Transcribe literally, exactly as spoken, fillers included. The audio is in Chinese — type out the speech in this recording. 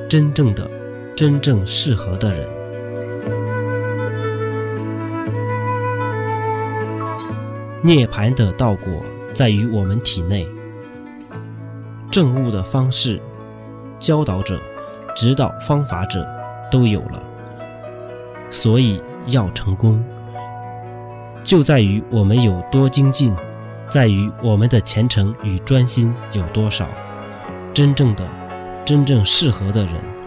真正的、真正适合的人。涅槃的道果在于我们体内，证悟的方式、教导者、指导方法者都有了，所以要成功，就在于我们有多精进，在于我们的虔诚与专心有多少。真正的、真正适合的人